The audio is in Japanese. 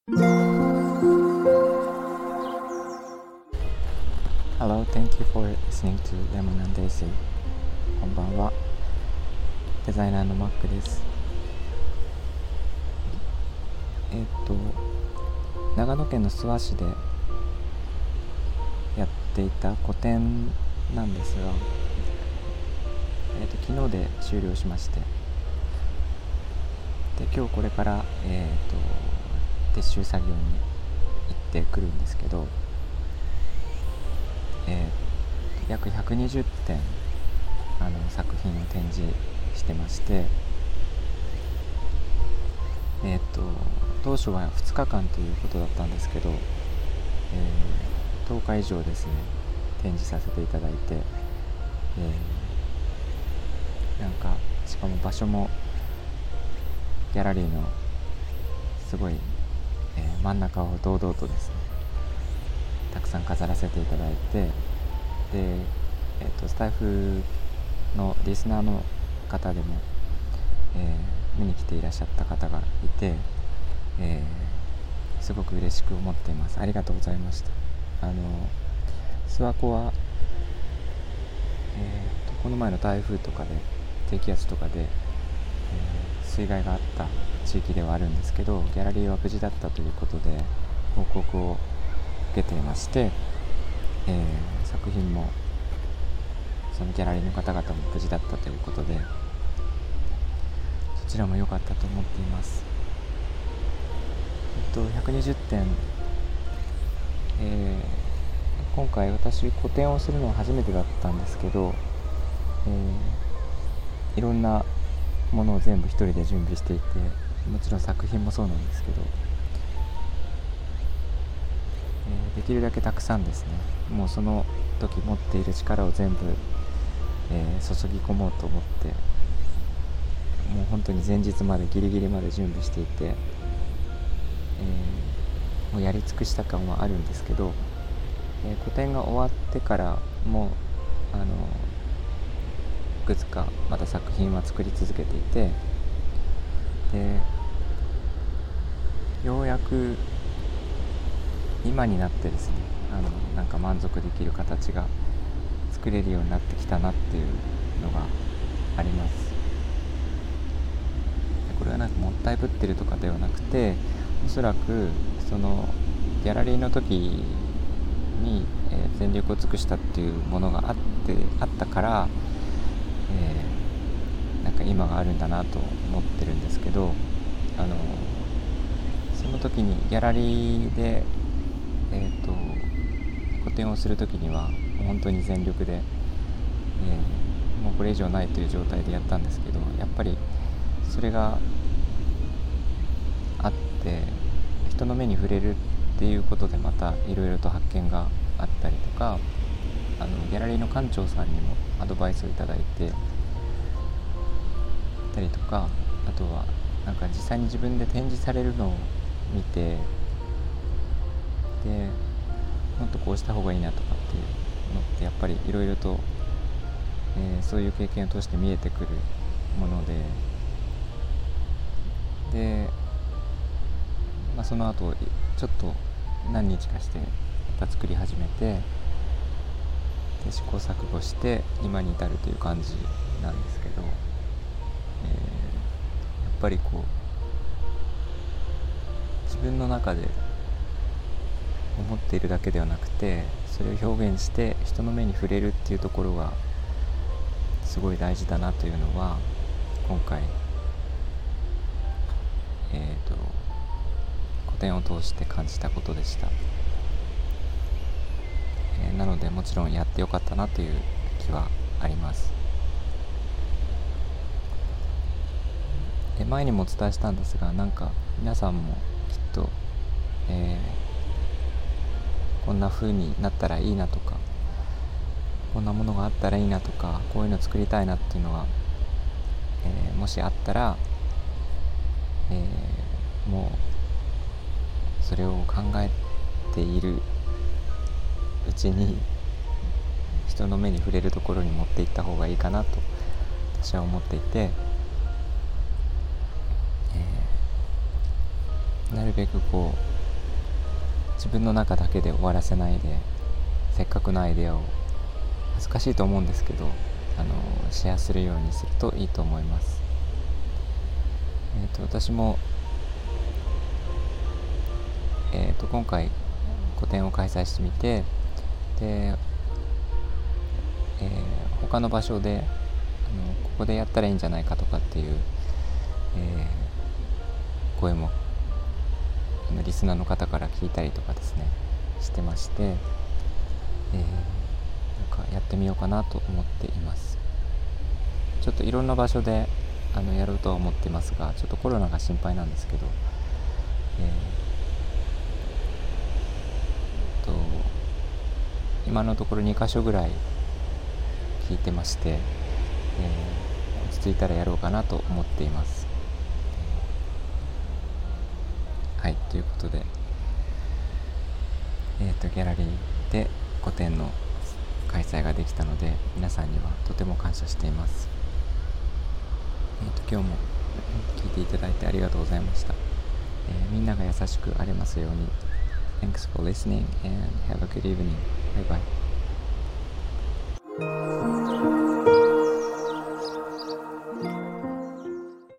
Hello, thank you for listening to Lemon and Daisy. こんばんは。デザイナーのマックです。長野県の諏訪市でやっていた個展なんですが、昨日で終了しまして、で今日これから、撤収作業に行ってくるんですけど、約120点作品を展示してまして、当初は2日間ということだったんですけど、10日以上ですね展示させていただいて、しかも場所もギャラリーのすごい、真ん中を堂々とですねたくさん飾らせていただいて、で、スタイフのリスナーの方でも、見に来ていらっしゃった方がいて、すごく嬉しく思っています。ありがとうございました。諏訪湖は、この前の台風とかで低気圧とかで、水害があった地域ではあるんですけど、ギャラリーは無事だったということで報告を受けていまして、作品もそのギャラリーの方々も無事だったということで、そちらも良かったと思っています。120点、今回私個展をするのは初めてだったんですけど、いろんなものを全部一人で準備していて、もちろん作品もそうなんですけど、できるだけたくさんですね、もうその時持っている力を全部、注ぎ込もうと思って、もう本当に前日までギリギリまで準備していて、もうやり尽くした感はあるんですけど、個展が終わってからもいくつかまた作品は作り続けていて、でようやく今になってですね満足できる形が作れるようになってきたなっていうのがあります。これはもったいぶってるとかではなくて、おそらくそのギャラリーの時に、全力を尽くしたっていうものがあったから、今があるんだなと思ってるんですけど、その時にギャラリーで、個展をする時にはもう本当に全力で、もうこれ以上ないという状態でやったんですけど、やっぱりそれがあって、人の目に触れるっていうことでまたいろいろと発見があったりとか、ギャラリーの館長さんにもアドバイスをいただいてたりとか、あとは実際に自分で展示されるのを見て、でもっとこうした方がいいなとかっていうのってやっぱりいろいろと、そういう経験を通して見えてくるもので、その後ちょっと何日かしてまた作り始めて、で試行錯誤して今に至るという感じなんですけど、やっぱり自分の中で思っているだけではなくて、それを表現して人の目に触れるっていうところがすごい大事だなというのは今回、個展を通して感じたことでした。なのでもちろんやってよかったなという気はあります。前にもお伝えしたんですが、皆さんもきっと、こんな風になったらいいなとか、こんなものがあったらいいなとか、こういうの作りたいなっていうのが、もしあったら、もうそれを考えているうちに人の目に触れるところに持っていった方がいいかなと私は思っていて、なるべく自分の中だけで終わらせないで、せっかくのアイデアを恥ずかしいと思うんですけどシェアするようにするといいと思います。私も、今回個展を開催してみて、で、他の場所でここでやったらいいんじゃないかとかっていう、声もリスナーの方から聞いたりとかですねしてまして、なんかやってみようかなと思っています。ちょっといろんな場所でやろうとは思ってますが、ちょっとコロナが心配なんですけど、今のところ2カ所ぐらい聞いてまして、落ち着いたらやろうかなと思っています。はい、ということで、ギャラリーで個展の開催ができたので、皆さんにはとても感謝しています。今日も聞いていただいてありがとうございました。みんなが優しくありますように。Thanks for listening and have a good evening. Bye bye.